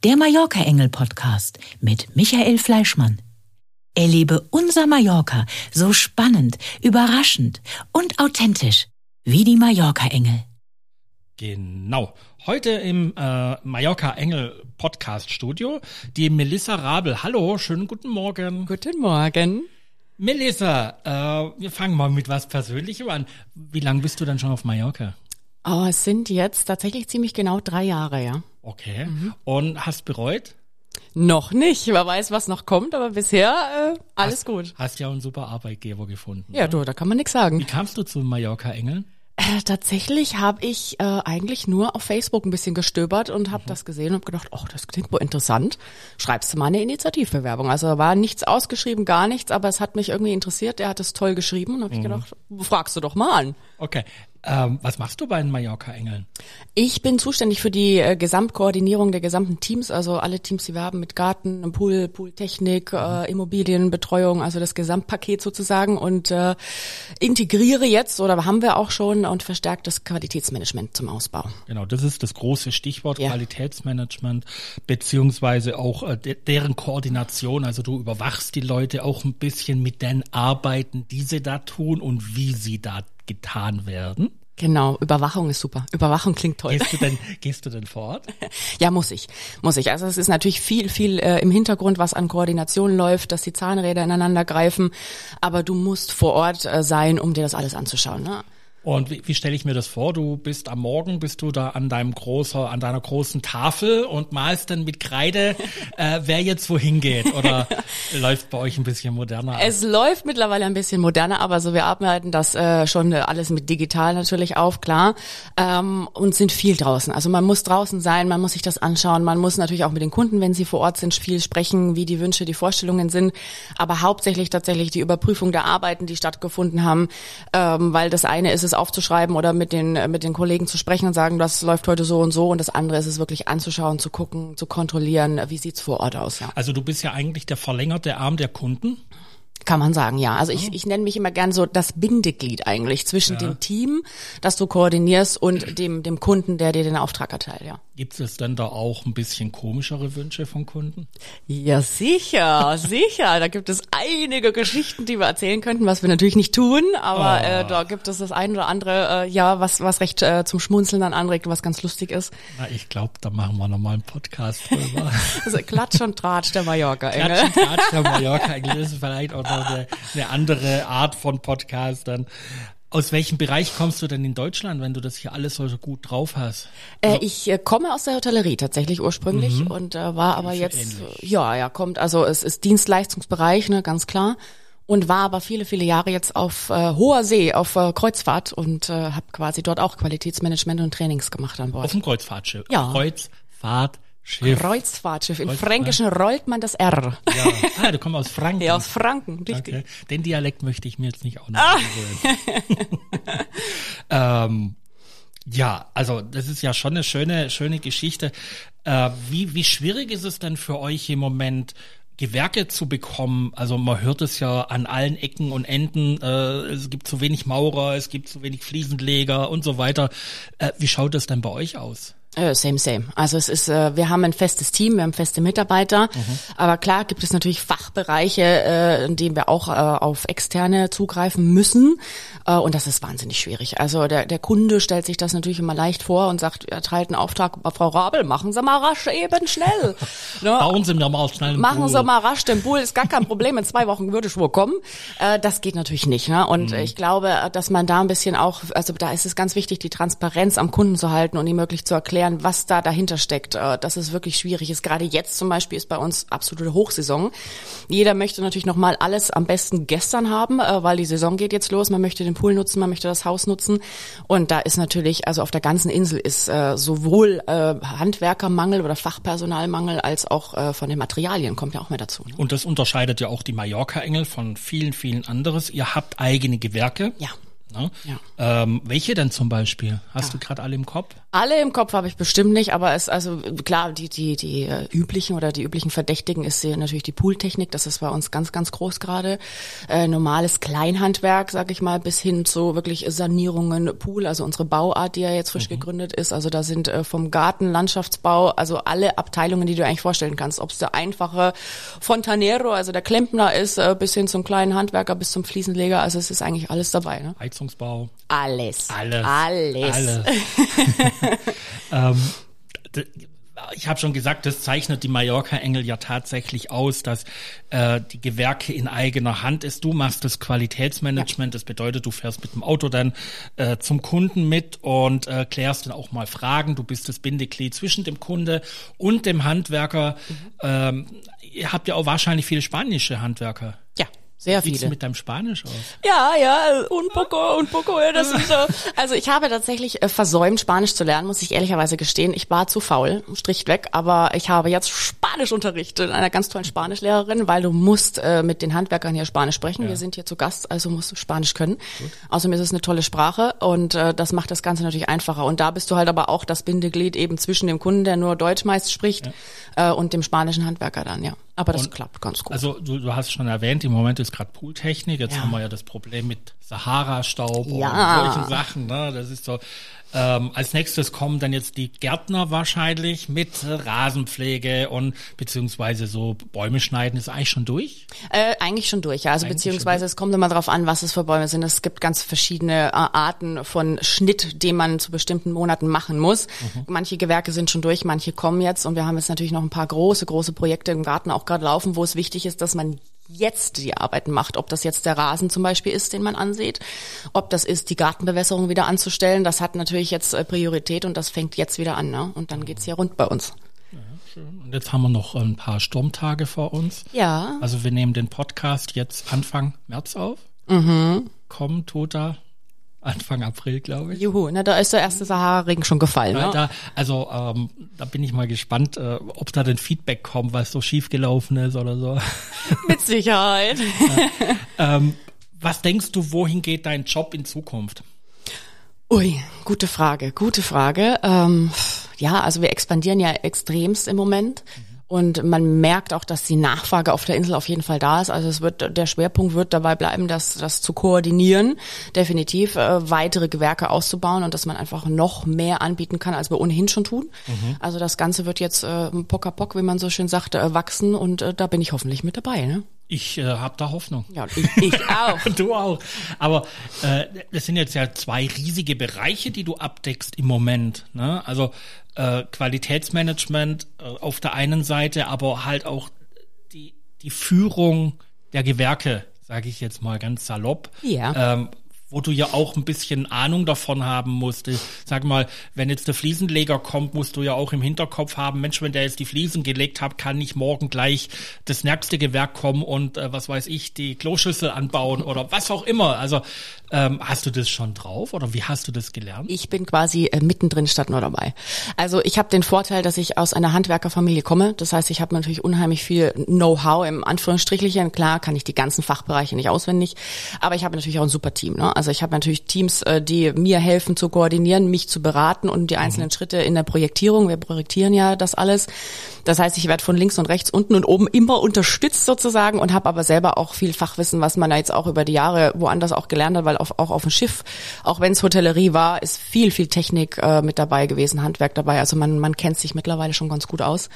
Der Mallorca-Engel-Podcast mit Michael Fleischmann. Erlebe unser Mallorca so spannend, überraschend und authentisch wie die Mallorca-Engel. Genau. Heute im Mallorca-Engel-Podcast-Studio die Melissa Rabel. Hallo, schönen guten Morgen. Guten Morgen. Melissa, wir fangen mal mit was Persönlichem an. Wie lange bist du denn schon auf Mallorca? Oh, es sind jetzt tatsächlich ziemlich genau 3 Jahre, ja. Okay. Und hast bereut? Noch nicht. Wer weiß, was noch kommt, aber bisher alles gut. Hast ja einen super Arbeitgeber gefunden. Ja, du, da kann man nichts sagen. Wie kamst du zu Mallorca-Engeln? Tatsächlich habe ich eigentlich nur auf Facebook ein bisschen gestöbert und habe das gesehen und habe gedacht, oh, das klingt wohl interessant. Schreibst du mal eine Initiativbewerbung. Also da war nichts ausgeschrieben, gar nichts, aber es hat mich irgendwie interessiert. Er hat es toll geschrieben und habe ich gedacht, fragst du doch mal an. Okay. Was machst du bei den Mallorca-Engeln? Ich bin zuständig für die Gesamtkoordinierung der gesamten Teams, also alle Teams, die wir haben mit Garten, Pool, Pooltechnik, Immobilienbetreuung, also das Gesamtpaket sozusagen und integriere jetzt, oder haben wir auch schon, und verstärkt das Qualitätsmanagement zum Ausbau. Genau, das ist das große Stichwort, ja. Qualitätsmanagement, beziehungsweise auch deren Koordination, also du überwachst die Leute auch ein bisschen mit den Arbeiten, die sie da tun und wie sie da getan werden. Genau, Überwachung ist super. Überwachung klingt toll. Gehst du denn vor Ort? Ja, muss ich. Also es ist natürlich viel im Hintergrund, was an Koordination läuft, dass die Zahnräder ineinander greifen, aber du musst vor Ort sein, um dir das alles anzuschauen, ne? Und wie stelle ich mir das vor? Du bist am Morgen, bist du da an deiner großen Tafel und malst dann mit Kreide, wer jetzt wohin geht? Oder läuft bei euch ein bisschen moderner? Es läuft mittlerweile ein bisschen moderner, aber so wir arbeiten das schon alles mit digital natürlich auf, klar, und sind viel draußen. Also man muss draußen sein, man muss sich das anschauen, man muss natürlich auch mit den Kunden, wenn sie vor Ort sind, viel sprechen, wie die Wünsche, die Vorstellungen sind, aber hauptsächlich tatsächlich die Überprüfung der Arbeiten, die stattgefunden haben, weil das eine ist es aufzuschreiben oder mit den Kollegen zu sprechen und sagen, das läuft heute so und so, und das andere ist es wirklich anzuschauen, zu gucken, zu kontrollieren, wie sieht's vor Ort aus, ja. Also du bist ja eigentlich der verlängerte Arm der Kunden? Kann man sagen, ja. Also ich nenne mich immer gern so das Bindeglied eigentlich zwischen dem Team, das du koordinierst, und dem Kunden, der dir den Auftrag erteilt, ja. Gibt es denn da auch ein bisschen komischere Wünsche von Kunden? Ja, sicher. Da gibt es einige Geschichten, die wir erzählen könnten, was wir natürlich nicht tun, aber da gibt es das ein oder andere, was recht zum Schmunzeln dann anregt, was ganz lustig ist. Na, ich glaube, da machen wir nochmal einen Podcast drüber. Also Klatsch und Tratsch der Mallorca-Engel. Klatsch und Tratsch der Mallorca-Engel ist vielleicht auch noch eine andere Art von Podcast dann. Aus welchem Bereich kommst du denn in Deutschland, wenn du das hier alles so gut drauf hast? Ich komme aus der Hotellerie tatsächlich ursprünglich und war aber jetzt, es ist Dienstleistungsbereich, ne, ganz klar. Und war aber viele Jahre jetzt auf hoher See, auf Kreuzfahrt, und habe quasi dort auch Qualitätsmanagement und Trainings gemacht an Bord. Auf dem Kreuzfahrtschiff? Ja. Kreuzfahrtschiff. Im Fränkischen rollt man das R. Ja. Du kommst aus Franken. Ja, aus Franken, richtig. Okay. Den Dialekt möchte ich mir jetzt nicht auch noch gewöhnen. Ja, also das ist ja schon eine schöne Geschichte. Wie schwierig ist es denn für euch im Moment, Gewerke zu bekommen? Also man hört es ja an allen Ecken und Enden, es gibt zu wenig Maurer, es gibt zu wenig Fliesenleger und so weiter. Wie schaut das denn bei euch aus? Same. Also es ist, wir haben ein festes Team, wir haben feste Mitarbeiter, aber klar gibt es natürlich Fachbereiche, in denen wir auch auf Externe zugreifen müssen, und das ist wahnsinnig schwierig. Also der Kunde stellt sich das natürlich immer leicht vor und sagt, er erteilt einen Auftrag, Frau Rabel, machen Sie mal rasch eben schnell. Ne? Bauen Sie mir mal schnell einen Machen Pool. Sie mal rasch den Pool, ist gar kein Problem, in 2 Wochen würde ich wohl kommen. Das geht natürlich nicht, ne? Und ich glaube, dass man da ein bisschen auch, also da ist es ganz wichtig, die Transparenz am Kunden zu halten und ihm möglich zu erklären, was da dahinter steckt. Das ist wirklich schwierig. Gerade jetzt zum Beispiel ist bei uns absolute Hochsaison. Jeder möchte natürlich nochmal alles am besten gestern haben, weil die Saison geht jetzt los. Man möchte den Pool nutzen, man möchte das Haus nutzen. Und da ist natürlich, also auf der ganzen Insel ist sowohl Handwerkermangel oder Fachpersonalmangel als auch von den Materialien kommt ja auch mehr dazu. Ne? Und das unterscheidet ja auch die Mallorca-Engel von vielen anderes. Ihr habt eigene Gewerke. Ja. Ne? Ja. Welche denn zum Beispiel? Hast du gerade alle im Kopf? Alle im Kopf habe ich bestimmt nicht, aber es, also klar, die üblichen Verdächtigen ist natürlich die Pooltechnik, das ist bei uns ganz, ganz groß gerade. Normales Kleinhandwerk, sag ich mal, bis hin zu wirklich Sanierungen, Pool, also unsere Bauart, die ja jetzt frisch gegründet ist. Also da sind vom Garten, Landschaftsbau, also alle Abteilungen, die du eigentlich vorstellen kannst. Ob es der einfache Fontanero, also der Klempner ist, bis hin zum kleinen Handwerker, bis zum Fliesenleger. Also es ist eigentlich alles dabei. Ne? Heizungsbau. Alles. Ich habe schon gesagt, das zeichnet die Mallorca-Engel ja tatsächlich aus, dass die Gewerke in eigener Hand ist. Du machst das Qualitätsmanagement, das bedeutet, du fährst mit dem Auto dann zum Kunden mit und klärst dann auch mal Fragen. Du bist das Bindeglied zwischen dem Kunde und dem Handwerker. Ihr habt ja auch wahrscheinlich viele spanische Handwerker. Ja. Sehr viele. Wie sieht's mit deinem Spanisch aus? Ja, un poco, das ist so. Also ich habe tatsächlich versäumt, Spanisch zu lernen, muss ich ehrlicherweise gestehen. Ich war zu faul, strichweg, aber ich habe jetzt Spanischunterricht in einer ganz tollen Spanischlehrerin, weil du musst mit den Handwerkern hier Spanisch sprechen. Ja. Wir sind hier zu Gast, also musst du Spanisch können. Gut. Außerdem ist es eine tolle Sprache und das macht das Ganze natürlich einfacher. Und da bist du halt aber auch das Bindeglied eben zwischen dem Kunden, der nur Deutsch meist spricht, und dem spanischen Handwerker dann, ja. Aber das klappt ganz gut. Also du hast schon erwähnt, im Moment ist gerade Pooltechnik. Jetzt haben wir ja das Problem mit Sahara-Staub und solchen Sachen. Ne? Das ist so. Als nächstes kommen dann jetzt die Gärtner wahrscheinlich mit Rasenpflege und beziehungsweise so Bäume schneiden. Ist eigentlich schon durch? Eigentlich schon durch, ja. Also beziehungsweise es kommt immer drauf an, was es für Bäume sind. Es gibt ganz verschiedene Arten von Schnitt, den man zu bestimmten Monaten machen muss. Manche Gewerke sind schon durch, manche kommen jetzt und wir haben jetzt natürlich noch ein paar große Projekte im Garten auch gerade laufen, wo es wichtig ist, dass man jetzt die Arbeiten macht, ob das jetzt der Rasen zum Beispiel ist, den man ansieht, ob das ist, die Gartenbewässerung wieder anzustellen, das hat natürlich jetzt Priorität und das fängt jetzt wieder an, ne? Und dann geht's hier rund bei uns. Ja, schön. Und jetzt haben wir noch ein paar Sturmtage vor uns. Ja. Also wir nehmen den Podcast jetzt Anfang März auf. Kommen tut er Anfang April, glaube ich. Juhu, na da ist der erste Sahara-Regen schon gefallen. Ja, ne? Da bin ich mal gespannt, ob da denn Feedback kommt, was so schief gelaufen ist oder so. Mit Sicherheit. Was denkst du, wohin geht dein Job in Zukunft? Ui, gute Frage. Ja, also wir expandieren ja extremst im Moment. Und man merkt auch, dass die Nachfrage auf der Insel auf jeden Fall da ist. Also der Schwerpunkt wird dabei bleiben, das zu koordinieren, definitiv weitere Gewerke auszubauen und dass man einfach noch mehr anbieten kann, als wir ohnehin schon tun. Also das Ganze wird jetzt Pock à Pock, wie man so schön sagt, wachsen und da bin ich hoffentlich mit dabei, ne? Ich habe da Hoffnung. Ja, ich auch. Du auch. Aber das sind jetzt ja zwei riesige Bereiche, die du abdeckst im Moment. Ne? Also Qualitätsmanagement auf der einen Seite, aber halt auch die Führung der Gewerke, sage ich jetzt mal ganz salopp. Ja. Wo du ja auch ein bisschen Ahnung davon haben musst. Ich sag mal, wenn jetzt der Fliesenleger kommt, musst du ja auch im Hinterkopf haben, Mensch, wenn der jetzt die Fliesen gelegt hat, kann nicht morgen gleich das nächste Gewerk kommen und was weiß ich, die Kloschüssel anbauen oder was auch immer. Also hast du das schon drauf oder wie hast du das gelernt? Ich bin quasi mittendrin statt nur dabei. Also ich habe den Vorteil, dass ich aus einer Handwerkerfamilie komme. Das heißt, ich habe natürlich unheimlich viel Know-how im Anführungsstrichlichen. Klar kann ich die ganzen Fachbereiche nicht auswendig, aber ich habe natürlich auch ein super Team, ne? Also ich habe natürlich Teams, die mir helfen zu koordinieren, mich zu beraten und die einzelnen Schritte in der Projektierung. Wir projektieren ja das alles. Das heißt, ich werde von links und rechts, unten und oben immer unterstützt sozusagen und habe aber selber auch viel Fachwissen, was man da jetzt auch über die Jahre woanders auch gelernt hat, weil auch auf dem Schiff, auch wenn es Hotellerie war, ist viel Technik mit dabei gewesen, Handwerk dabei. Also man kennt sich mittlerweile schon ganz gut aus.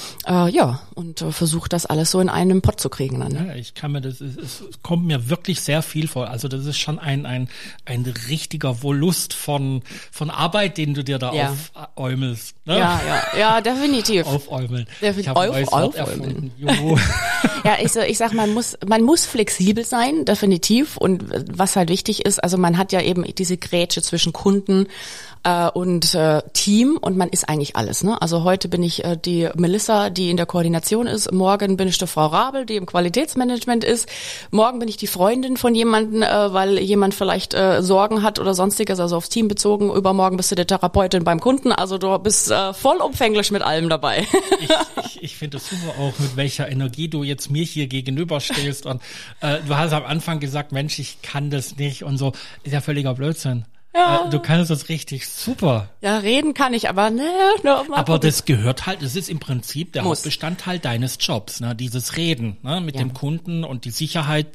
Und versucht das alles so in einen Pott zu kriegen dann. Ne? Ja, ich kann mir es kommt mir wirklich sehr viel vor. Also das ist schon ein richtiger Wollust von Arbeit, den du dir da aufäumelst. Ne? Ja, definitiv. Aufäumeln. Ich habe ein neues Wort erfunden. Ja, ich sag, man muss flexibel sein, definitiv. Und was halt wichtig ist, also man hat ja eben diese Grätsche zwischen Kunden und Team und man ist eigentlich alles, ne? Also heute bin ich die Melissa, die in der Koordination ist, morgen bin ich die Frau Rabel, die im Qualitätsmanagement ist, morgen bin ich die Freundin von jemandem, weil jemand vielleicht Sorgen hat oder sonstiges, also aufs Team bezogen, übermorgen bist du die Therapeutin beim Kunden, also du bist vollumfänglich mit allem dabei. Ich finde es super auch, mit welcher Energie du jetzt mir hier gegenüberstehst und du hast am Anfang gesagt, Mensch, ich kann das nicht und so, ist ja völliger Blödsinn. Ja. Du kannst das richtig super. Ja, reden kann ich, aber Aber das gehört halt, das ist im Prinzip der Muss. Hauptbestandteil deines Jobs, ne? Dieses Reden, ne? Mit dem Kunden und die Sicherheit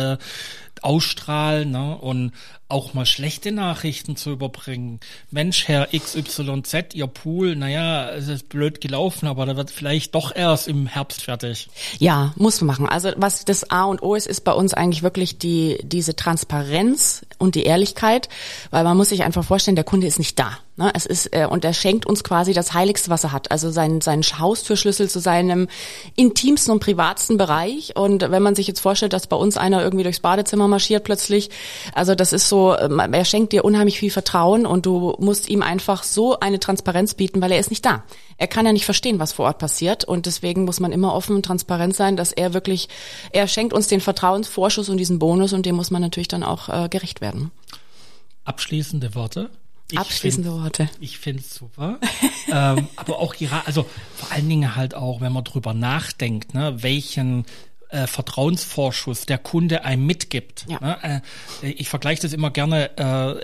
ausstrahlen, ne? Und auch mal schlechte Nachrichten zu überbringen. Mensch, Herr XYZ, Ihr Pool, naja, es ist blöd gelaufen, aber der wird vielleicht doch erst im Herbst fertig. Ja, muss man machen. Also was das A und O ist bei uns eigentlich wirklich diese Transparenz und die Ehrlichkeit, weil man muss sich einfach vorstellen, der Kunde ist nicht da. Ne? Es ist und er schenkt uns quasi das Heiligste, was er hat, also seinen Haustürschlüssel zu seinem intimsten und privatsten Bereich. Und wenn man sich jetzt vorstellt, dass bei uns einer irgendwie durchs Badezimmer marschiert plötzlich, also das ist so, er schenkt dir unheimlich viel Vertrauen und du musst ihm einfach so eine Transparenz bieten, weil er ist nicht da. Er kann ja nicht verstehen, was vor Ort passiert und deswegen muss man immer offen und transparent sein, dass er schenkt uns den Vertrauensvorschuss und diesen Bonus und dem muss man natürlich dann auch gerecht werden. Abschließende Worte? Worte. Ich finde es super. Aber auch also vor allen Dingen halt auch, wenn man drüber nachdenkt, ne, welchen Vertrauensvorschuss der Kunde einem mitgibt. Ja. Ne? Ich vergleiche das immer gerne.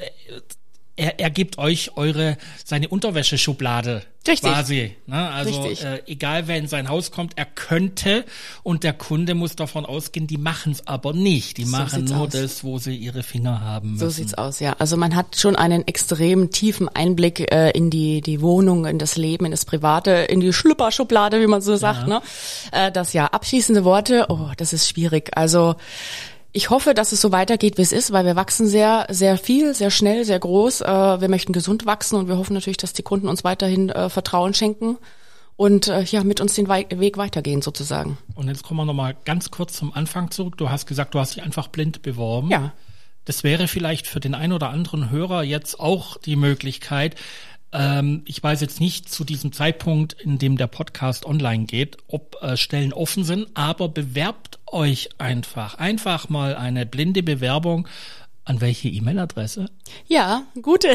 Er gibt euch seine Unterwäscheschublade. Richtig. Quasi. Ne? Also egal wer in sein Haus kommt, er könnte und der Kunde muss davon ausgehen, die machen es aber nicht. Die machen nur das, wo sie ihre Finger haben müssen. So sieht's aus, ja. Also man hat schon einen extrem tiefen Einblick in die Wohnung, in das Leben, in das Private, in die Schlüpperschublade, wie man so sagt. Ne? Abschließende Worte, das ist schwierig. Also ich hoffe, dass es so weitergeht, wie es ist, weil wir wachsen sehr, sehr viel, sehr schnell, sehr groß. Wir möchten gesund wachsen und wir hoffen natürlich, dass die Kunden uns weiterhin Vertrauen schenken und mit uns den Weg weitergehen sozusagen. Und jetzt kommen wir nochmal ganz kurz zum Anfang zurück. Du hast gesagt, du hast dich einfach blind beworben. Ja. Das wäre vielleicht für den einen oder anderen Hörer jetzt auch die Möglichkeit. Ich weiß jetzt nicht zu diesem Zeitpunkt, in dem der Podcast online geht, ob Stellen offen sind, aber bewerbt euch einfach mal eine blinde Bewerbung. An welche E-Mail-Adresse? Ja, gute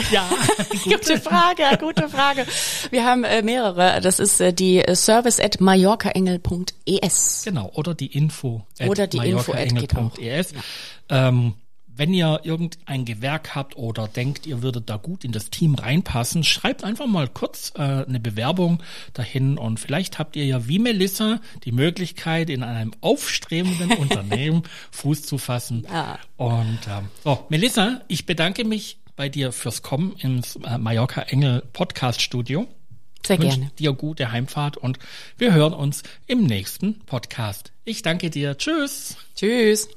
Frage. Wir haben mehrere. Das ist die service@mallorcaengel.es. Genau, oder die info@mallorcaengel.es. Wenn ihr irgendein Gewerk habt oder denkt, ihr würdet da gut in das Team reinpassen, schreibt einfach mal kurz eine Bewerbung dahin und vielleicht habt ihr ja wie Melissa die Möglichkeit, in einem aufstrebenden Unternehmen Fuß zu fassen. Ja. Und Melissa, ich bedanke mich bei dir fürs Kommen ins Mallorca Engel Podcast Studio. Sehr gerne. Ich wünsche dir gute Heimfahrt und wir hören uns im nächsten Podcast. Ich danke dir. Tschüss. Tschüss.